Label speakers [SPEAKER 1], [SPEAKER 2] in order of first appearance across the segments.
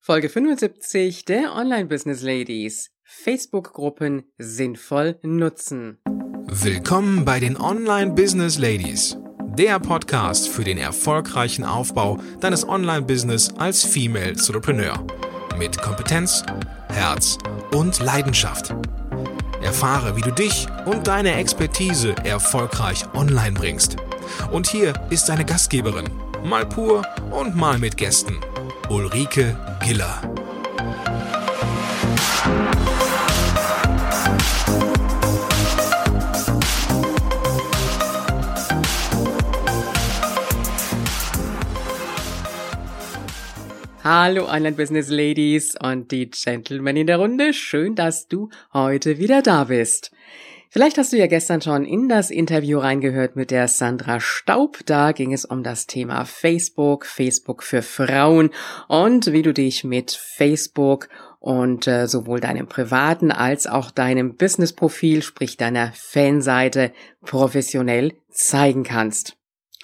[SPEAKER 1] Folge 75 der Online-Business Ladies. Facebook-Gruppen sinnvoll nutzen.
[SPEAKER 2] Willkommen bei den Online-Business Ladies. Der Podcast für den erfolgreichen Aufbau deines Online-Business als Female Entrepreneur. Mit Kompetenz, Herz und Leidenschaft. Erfahre, wie du dich und deine Expertise erfolgreich online bringst. Und hier ist deine Gastgeberin, mal pur und mal mit Gästen, Ulrike Giller.
[SPEAKER 1] Hallo Online-Business Ladies und die Gentlemen in der Runde. Schön, dass du heute wieder da bist. Vielleicht hast du ja gestern schon in das Interview reingehört mit der Sandra Staub. Da ging es um das Thema Facebook für Frauen und wie du dich mit Facebook und sowohl deinem privaten als auch deinem Business-Profil, sprich deiner Fanseite, professionell zeigen kannst.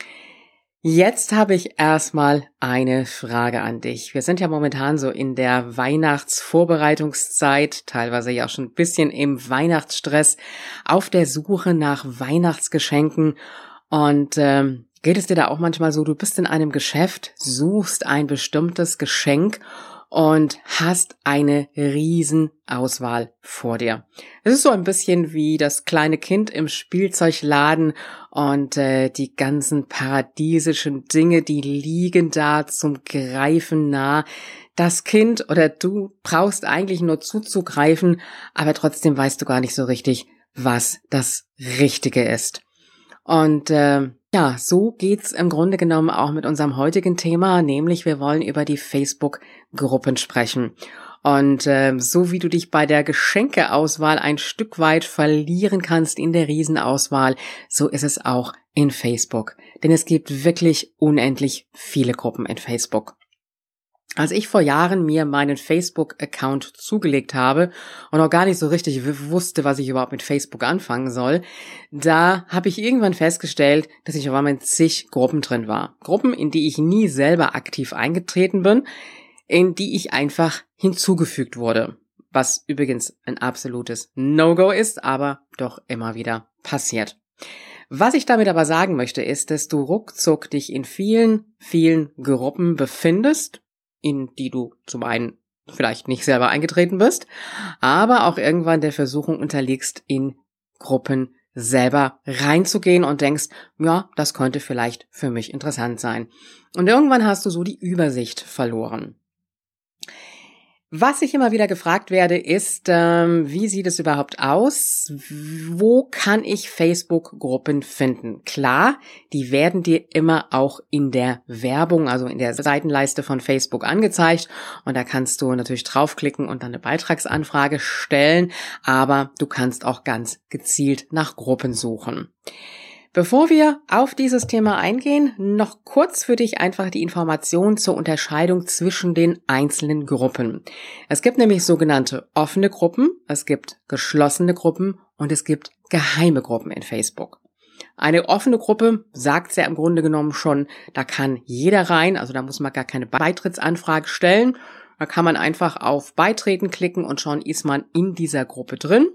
[SPEAKER 1] Jetzt habe ich erstmal eine Frage an dich. Wir sind ja momentan so in der Weihnachtsvorbereitungszeit, teilweise ja auch schon ein bisschen im Weihnachtsstress, auf der Suche nach Weihnachtsgeschenken. Und geht es dir da auch manchmal so, du bist in einem Geschäft, suchst ein bestimmtes Geschenk und hast eine riesen Auswahl vor dir. Es ist so ein bisschen wie das kleine Kind im Spielzeugladen und die ganzen paradiesischen Dinge, die liegen da zum Greifen nah. Das Kind oder du brauchst eigentlich nur zuzugreifen, aber trotzdem weißt du gar nicht so richtig, was das Richtige ist. Und so geht's im Grunde genommen auch mit unserem heutigen Thema, nämlich wir wollen über die Facebook-Gruppen sprechen. Und so wie du dich bei der Geschenkeauswahl ein Stück weit verlieren kannst in der Riesenauswahl, so ist es auch in Facebook. Denn es gibt wirklich unendlich viele Gruppen in Facebook. Als ich vor Jahren mir meinen Facebook-Account zugelegt habe und auch gar nicht so richtig wusste, was ich überhaupt mit Facebook anfangen soll, da habe ich irgendwann festgestellt, dass ich auf einmal in zig Gruppen drin war. Gruppen, in die ich nie selber aktiv eingetreten bin, in die ich einfach hinzugefügt wurde. Was übrigens ein absolutes No-Go ist, aber doch immer wieder passiert. Was ich damit aber sagen möchte, ist, dass du ruckzuck dich in vielen, vielen Gruppen befindest, in die du zum einen vielleicht nicht selber eingetreten bist, aber auch irgendwann der Versuchung unterliegst, in Gruppen selber reinzugehen und denkst, ja, das könnte vielleicht für mich interessant sein. Und irgendwann hast du so die Übersicht verloren. Was ich immer wieder gefragt werde, ist, wie sieht es überhaupt aus? Wo kann ich Facebook-Gruppen finden? Klar, die werden dir immer auch in der Werbung, also in der Seitenleiste von Facebook angezeigt. Und da kannst du natürlich draufklicken und dann eine Beitragsanfrage stellen. Aber du kannst auch ganz gezielt nach Gruppen suchen. Bevor wir auf dieses Thema eingehen, noch kurz für dich einfach die Information zur Unterscheidung zwischen den einzelnen Gruppen. Es gibt nämlich sogenannte offene Gruppen, es gibt geschlossene Gruppen und es gibt geheime Gruppen in Facebook. Eine offene Gruppe sagt ja im Grunde genommen schon, da kann jeder rein, also da muss man gar keine Beitrittsanfrage stellen. Da kann man einfach auf Beitreten klicken und schon ist man in dieser Gruppe drin.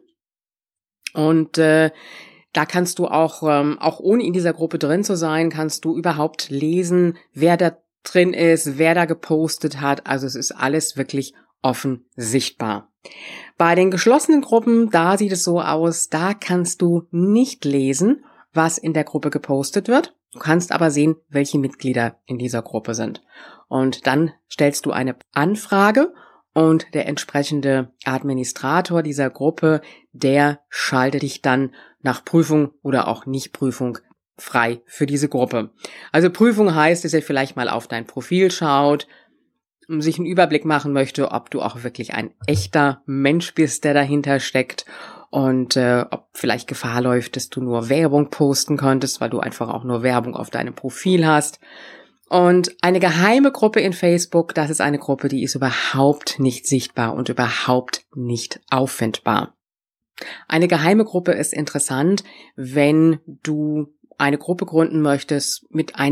[SPEAKER 1] Und da kannst du auch ohne in dieser Gruppe drin zu sein, kannst du überhaupt lesen, wer da drin ist, wer da gepostet hat. Also es ist alles wirklich offen sichtbar. Bei den geschlossenen Gruppen, da sieht es so aus, da kannst du nicht lesen, was in der Gruppe gepostet wird. Du kannst aber sehen, welche Mitglieder in dieser Gruppe sind. Und dann stellst du eine Anfrage und der entsprechende Administrator dieser Gruppe, der schaltet dich dann nach Prüfung oder auch Nichtprüfung frei für diese Gruppe. Also Prüfung heißt, dass er vielleicht mal auf dein Profil schaut, sich einen Überblick machen möchte, ob du auch wirklich ein echter Mensch bist, der dahinter steckt und ob vielleicht Gefahr läuft, dass du nur Werbung posten könntest, weil du einfach auch nur Werbung auf deinem Profil hast. Und eine geheime Gruppe in Facebook, das ist eine Gruppe, die ist überhaupt nicht sichtbar und überhaupt nicht auffindbar. Eine geheime Gruppe ist interessant, wenn du eine Gruppe gründen möchtest mit einem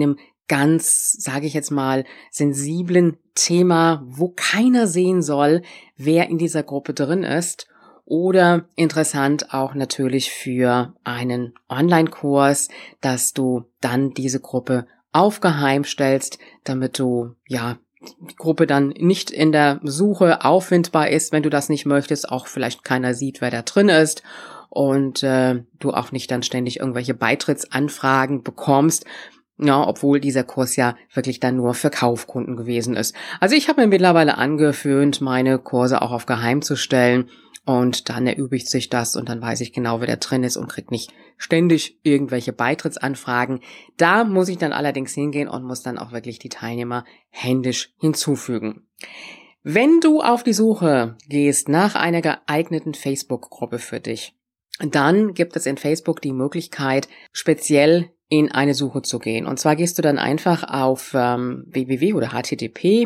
[SPEAKER 1] ganz, sage ich jetzt mal, sensiblen Thema, wo keiner sehen soll, wer in dieser Gruppe drin ist. Oder interessant auch natürlich für einen Online-Kurs, dass du dann diese Gruppe aufgeheim stellst, damit du, die Gruppe dann nicht in der Suche auffindbar ist, wenn du das nicht möchtest, auch vielleicht keiner sieht, wer da drin ist und du auch nicht dann ständig irgendwelche Beitrittsanfragen bekommst, obwohl dieser Kurs ja wirklich dann nur für Kaufkunden gewesen ist. Also ich habe mir mittlerweile angewöhnt, meine Kurse auch auf Geheim zu stellen und dann erübrigt sich das und dann weiß ich genau, wer da drin ist und kriegt nicht ständig irgendwelche Beitrittsanfragen. Da muss ich dann allerdings hingehen und muss dann auch wirklich die Teilnehmer händisch hinzufügen. Wenn du auf die Suche gehst nach einer geeigneten Facebook-Gruppe für dich, dann gibt es in Facebook die Möglichkeit, speziell in eine Suche zu gehen. Und zwar gehst du dann einfach auf www oder http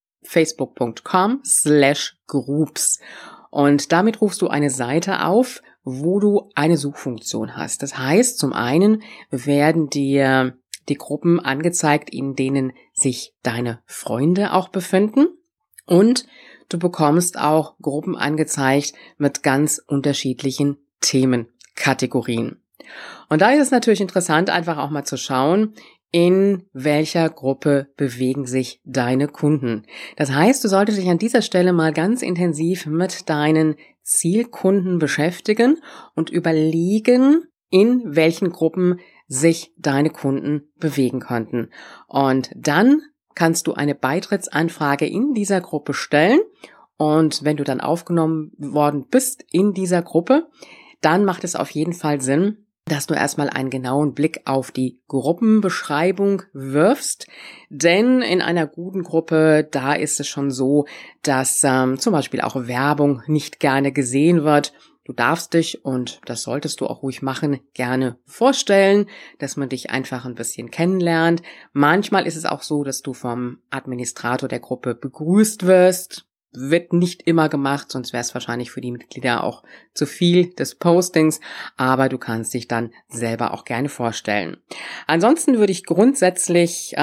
[SPEAKER 1] facebook.com/groups und damit rufst du eine Seite auf, wo du eine Suchfunktion hast. Das heißt, zum einen werden dir die Gruppen angezeigt, in denen sich deine Freunde auch befinden und du bekommst auch Gruppen angezeigt mit ganz unterschiedlichen Themenkategorien. Und da ist es natürlich interessant, einfach auch mal zu schauen, in welcher Gruppe bewegen sich deine Kunden. Das heißt, du solltest dich an dieser Stelle mal ganz intensiv mit deinen Zielkunden beschäftigen und überlegen, in welchen Gruppen sich deine Kunden bewegen könnten. Und dann kannst du eine Beitrittsanfrage in dieser Gruppe stellen. Und wenn du dann aufgenommen worden bist in dieser Gruppe, dann macht es auf jeden Fall Sinn, dass du erstmal einen genauen Blick auf die Gruppenbeschreibung wirfst. Denn in einer guten Gruppe, da ist es schon so, dass zum Beispiel auch Werbung nicht gerne gesehen wird. Du darfst dich, und das solltest du auch ruhig machen, gerne vorstellen, dass man dich einfach ein bisschen kennenlernt. Manchmal ist es auch so, dass du vom Administrator der Gruppe begrüßt wirst. Wird nicht immer gemacht, sonst wäre es wahrscheinlich für die Mitglieder auch zu viel des Postings, aber du kannst dich dann selber auch gerne vorstellen. Ansonsten würde ich grundsätzlich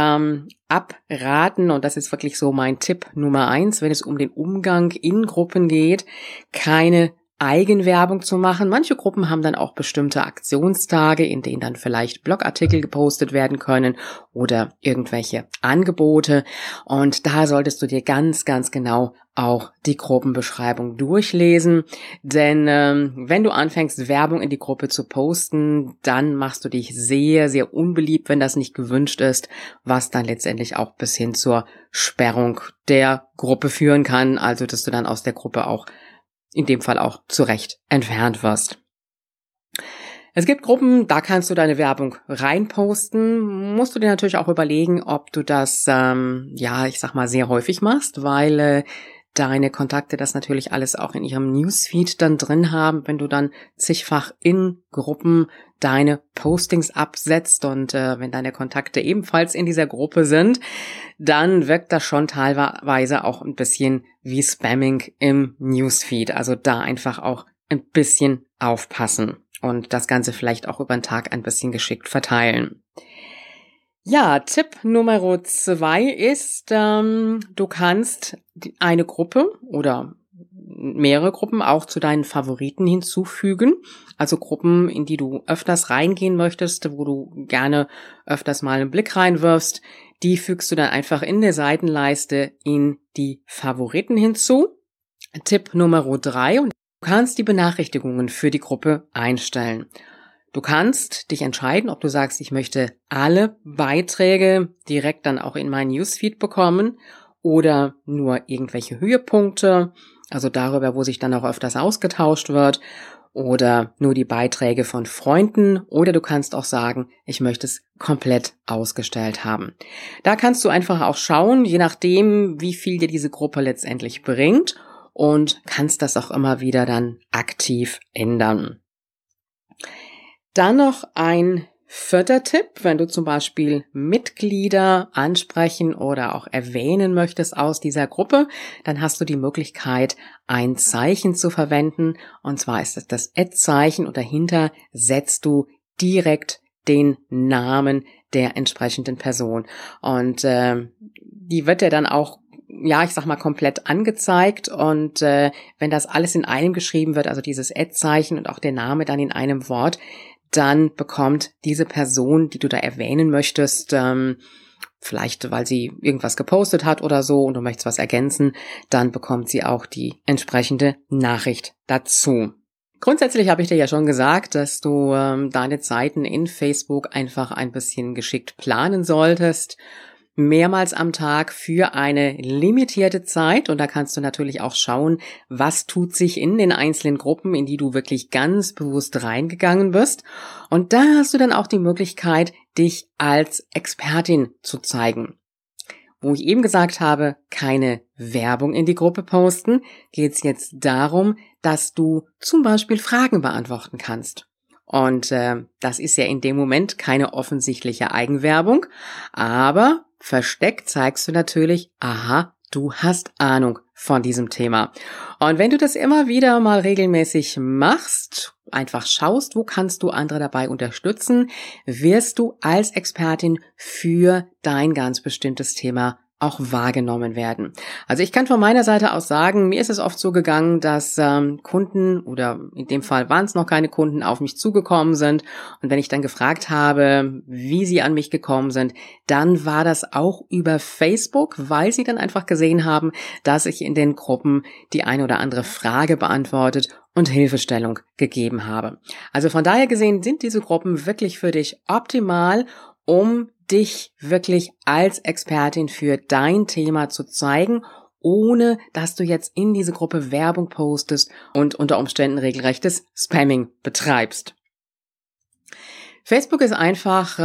[SPEAKER 1] abraten, und das ist wirklich so mein Tipp Nummer 1, wenn es um den Umgang in Gruppen geht, keine Eigenwerbung zu machen. Manche Gruppen haben dann auch bestimmte Aktionstage, in denen dann vielleicht Blogartikel gepostet werden können oder irgendwelche Angebote. Und da solltest du dir ganz, ganz genau auch die Gruppenbeschreibung durchlesen. Denn wenn du anfängst, Werbung in die Gruppe zu posten, dann machst du dich sehr, sehr unbeliebt, wenn das nicht gewünscht ist, was dann letztendlich auch bis hin zur Sperrung der Gruppe führen kann. Also, dass du dann aus der Gruppe auch in dem Fall auch zu Recht entfernt wirst. Es gibt Gruppen, da kannst du deine Werbung reinposten. Musst du dir natürlich auch überlegen, ob du das, sehr häufig machst, weil deine Kontakte das natürlich alles auch in ihrem Newsfeed dann drin haben, wenn du dann zigfach in Gruppen deine Postings absetzt und wenn deine Kontakte ebenfalls in dieser Gruppe sind, dann wirkt das schon teilweise auch ein bisschen wie Spamming im Newsfeed. Also da einfach auch ein bisschen aufpassen und das Ganze vielleicht auch über den Tag ein bisschen geschickt verteilen. Ja, Tipp Nummer 2 ist, du kannst eine Gruppe oder mehrere Gruppen auch zu deinen Favoriten hinzufügen. Also Gruppen, in die du öfters reingehen möchtest, wo du gerne öfters mal einen Blick reinwirfst, die fügst du dann einfach in der Seitenleiste in die Favoriten hinzu. Tipp Nummer 3, und du kannst die Benachrichtigungen für die Gruppe einstellen. Du kannst dich entscheiden, ob du sagst, ich möchte alle Beiträge direkt dann auch in mein Newsfeed bekommen oder nur irgendwelche Höhepunkte, also darüber, wo sich dann auch öfters ausgetauscht wird, oder nur die Beiträge von Freunden, oder du kannst auch sagen, ich möchte es komplett ausgestellt haben. Da kannst du einfach auch schauen, je nachdem, wie viel dir diese Gruppe letztendlich bringt, und kannst das auch immer wieder dann aktiv ändern. Dann noch ein 4. Tipp, wenn du zum Beispiel Mitglieder ansprechen oder auch erwähnen möchtest aus dieser Gruppe, dann hast du die Möglichkeit, ein Zeichen zu verwenden, und zwar ist es das @Zeichen, und dahinter setzt du direkt den Namen der entsprechenden Person. Und die wird dir dann auch, ja, ich sag mal, komplett angezeigt. Und wenn das alles in einem geschrieben wird, also dieses Ad-Zeichen und auch der Name dann in einem Wort, dann bekommt diese Person, die du da erwähnen möchtest, vielleicht weil sie irgendwas gepostet hat oder so und du möchtest was ergänzen, dann bekommt sie auch die entsprechende Nachricht dazu. Grundsätzlich habe ich dir ja schon gesagt, dass du deine Zeiten in Facebook einfach ein bisschen geschickt planen solltest. Mehrmals am Tag für eine limitierte Zeit, und da kannst du natürlich auch schauen, was tut sich in den einzelnen Gruppen, in die du wirklich ganz bewusst reingegangen bist. Und da hast du dann auch die Möglichkeit, dich als Expertin zu zeigen. Wo ich eben gesagt habe, keine Werbung in die Gruppe posten, geht es jetzt darum, dass du zum Beispiel Fragen beantworten kannst. Und das ist ja in dem Moment keine offensichtliche Eigenwerbung, aber versteckt zeigst du natürlich, aha, du hast Ahnung von diesem Thema. Und wenn du das immer wieder mal regelmäßig machst, einfach schaust, wo kannst du andere dabei unterstützen, wirst du als Expertin für dein ganz bestimmtes Thema auch wahrgenommen werden. Also ich kann von meiner Seite aus sagen, mir ist es oft so gegangen, dass Kunden, oder in dem Fall waren es noch keine Kunden, auf mich zugekommen sind, und wenn ich dann gefragt habe, wie sie an mich gekommen sind, dann war das auch über Facebook, weil sie dann einfach gesehen haben, dass ich in den Gruppen die eine oder andere Frage beantwortet und Hilfestellung gegeben habe. Also von daher gesehen sind diese Gruppen wirklich für dich optimal, um dich wirklich als Expertin für dein Thema zu zeigen, ohne dass du jetzt in diese Gruppe Werbung postest und unter Umständen regelrechtes Spamming betreibst. Facebook ist einfach,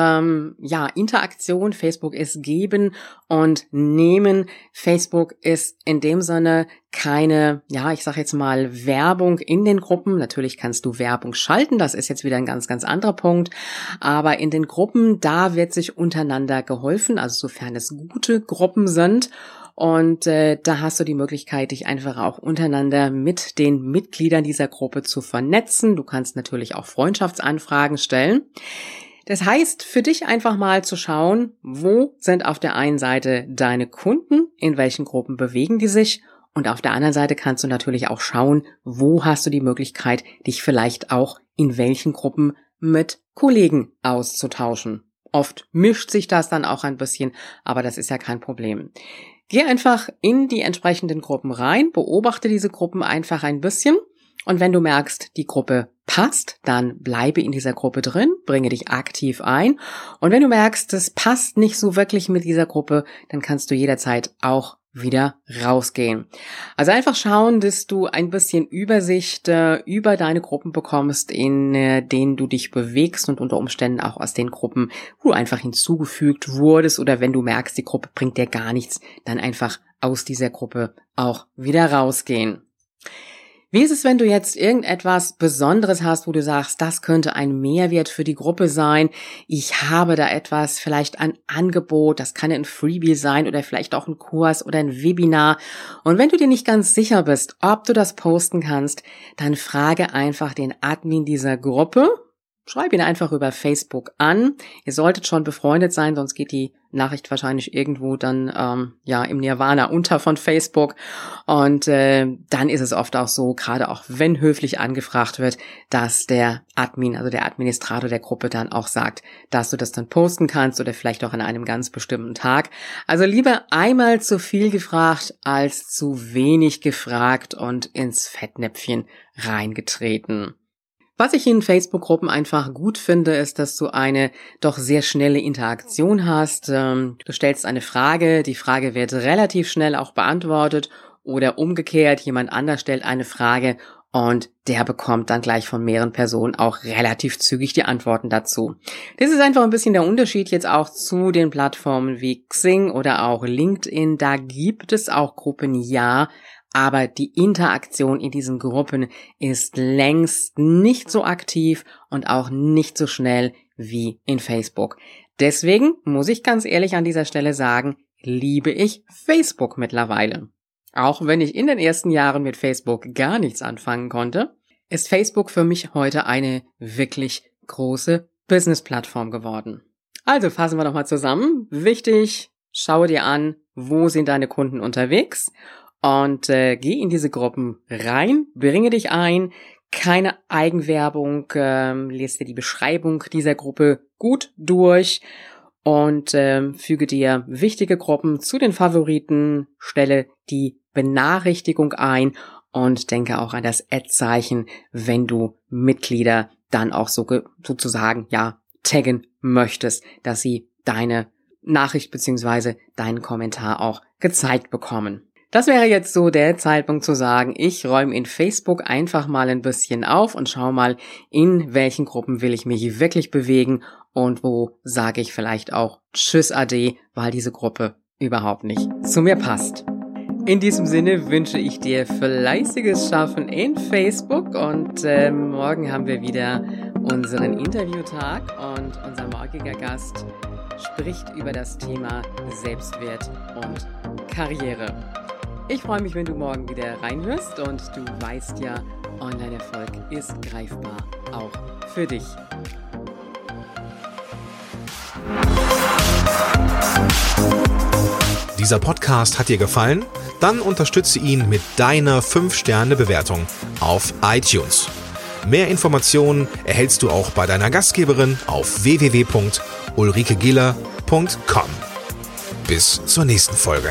[SPEAKER 1] Interaktion. Facebook ist Geben und Nehmen. Facebook ist in dem Sinne keine, ich sag jetzt mal, Werbung in den Gruppen. Natürlich kannst du Werbung schalten. Das ist jetzt wieder ein ganz, ganz anderer Punkt. Aber in den Gruppen, da wird sich untereinander geholfen, also sofern es gute Gruppen sind. Und da hast du die Möglichkeit, dich einfach auch untereinander mit den Mitgliedern dieser Gruppe zu vernetzen. Du kannst natürlich auch Freundschaftsanfragen stellen. Das heißt, für dich einfach mal zu schauen, wo sind auf der einen Seite deine Kunden, in welchen Gruppen bewegen die sich, und auf der anderen Seite kannst du natürlich auch schauen, wo hast du die Möglichkeit, dich vielleicht auch in welchen Gruppen mit Kollegen auszutauschen. Oft mischt sich das dann auch ein bisschen, aber das ist ja kein Problem. Geh einfach in die entsprechenden Gruppen rein, beobachte diese Gruppen einfach ein bisschen, und wenn du merkst, die Gruppe passt, dann bleibe in dieser Gruppe drin, bringe dich aktiv ein, und wenn du merkst, es passt nicht so wirklich mit dieser Gruppe, dann kannst du jederzeit auch wieder rausgehen. Also einfach schauen, dass du ein bisschen Übersicht über deine Gruppen bekommst, in denen du dich bewegst, und unter Umständen auch aus den Gruppen, wo du einfach hinzugefügt wurdest, oder wenn du merkst, die Gruppe bringt dir gar nichts, dann einfach aus dieser Gruppe auch wieder rausgehen. Wie ist es, wenn du jetzt irgendetwas Besonderes hast, wo du sagst, das könnte ein Mehrwert für die Gruppe sein? Ich habe da etwas, vielleicht ein Angebot, das kann ein Freebie sein oder vielleicht auch ein Kurs oder ein Webinar. Und wenn du dir nicht ganz sicher bist, ob du das posten kannst, dann frage einfach den Admin dieser Gruppe. Schreib ihn einfach über Facebook an. Ihr solltet schon befreundet sein, sonst geht die Nachricht wahrscheinlich irgendwo dann im Nirvana unter von Facebook. Und dann ist es oft auch so, gerade auch wenn höflich angefragt wird, dass der Admin, also der Administrator der Gruppe, dann auch sagt, dass du das dann posten kannst oder vielleicht auch an einem ganz bestimmten Tag. Also lieber einmal zu viel gefragt als zu wenig gefragt und ins Fettnäpfchen reingetreten. Was ich in Facebook-Gruppen einfach gut finde, ist, dass du eine doch sehr schnelle Interaktion hast. Du stellst eine Frage, die Frage wird relativ schnell auch beantwortet, oder umgekehrt, jemand anders stellt eine Frage und der bekommt dann gleich von mehreren Personen auch relativ zügig die Antworten dazu. Das ist einfach ein bisschen der Unterschied jetzt auch zu den Plattformen wie Xing oder auch LinkedIn. Da gibt es auch Gruppen, ja, aber die Interaktion in diesen Gruppen ist längst nicht so aktiv und auch nicht so schnell wie in Facebook. Deswegen muss ich ganz ehrlich an dieser Stelle sagen, liebe ich Facebook mittlerweile. Auch wenn ich in den ersten Jahren mit Facebook gar nichts anfangen konnte, ist Facebook für mich heute eine wirklich große Business-Plattform geworden. Also fassen wir nochmal zusammen. Wichtig, schaue dir an, wo sind deine Kunden unterwegs und geh in diese Gruppen rein, bringe dich ein, keine Eigenwerbung, lese dir die Beschreibung dieser Gruppe gut durch und füge dir wichtige Gruppen zu den Favoriten, stelle die Benachrichtigung ein und denke auch an das Ad-Zeichen, wenn du Mitglieder dann auch sozusagen taggen möchtest, dass sie deine Nachricht bzw. deinen Kommentar auch gezeigt bekommen. Das wäre jetzt so der Zeitpunkt zu sagen, ich räume in Facebook einfach mal ein bisschen auf und schau mal, in welchen Gruppen will ich mich wirklich bewegen und wo sage ich vielleicht auch Tschüss Ade, weil diese Gruppe überhaupt nicht zu mir passt. In diesem Sinne wünsche ich dir fleißiges Schaffen in Facebook und morgen haben wir wieder unseren Interviewtag und unser morgiger Gast spricht über das Thema Selbstwert und Karriere. Ich freue mich, wenn du morgen wieder reinhörst und du weißt ja, Online-Erfolg ist greifbar, auch für dich.
[SPEAKER 2] Dieser Podcast hat dir gefallen? Dann unterstütze ihn mit deiner 5-Sterne-Bewertung auf iTunes. Mehr Informationen erhältst du auch bei deiner Gastgeberin auf www.ulrikegiller.com. Bis zur nächsten Folge.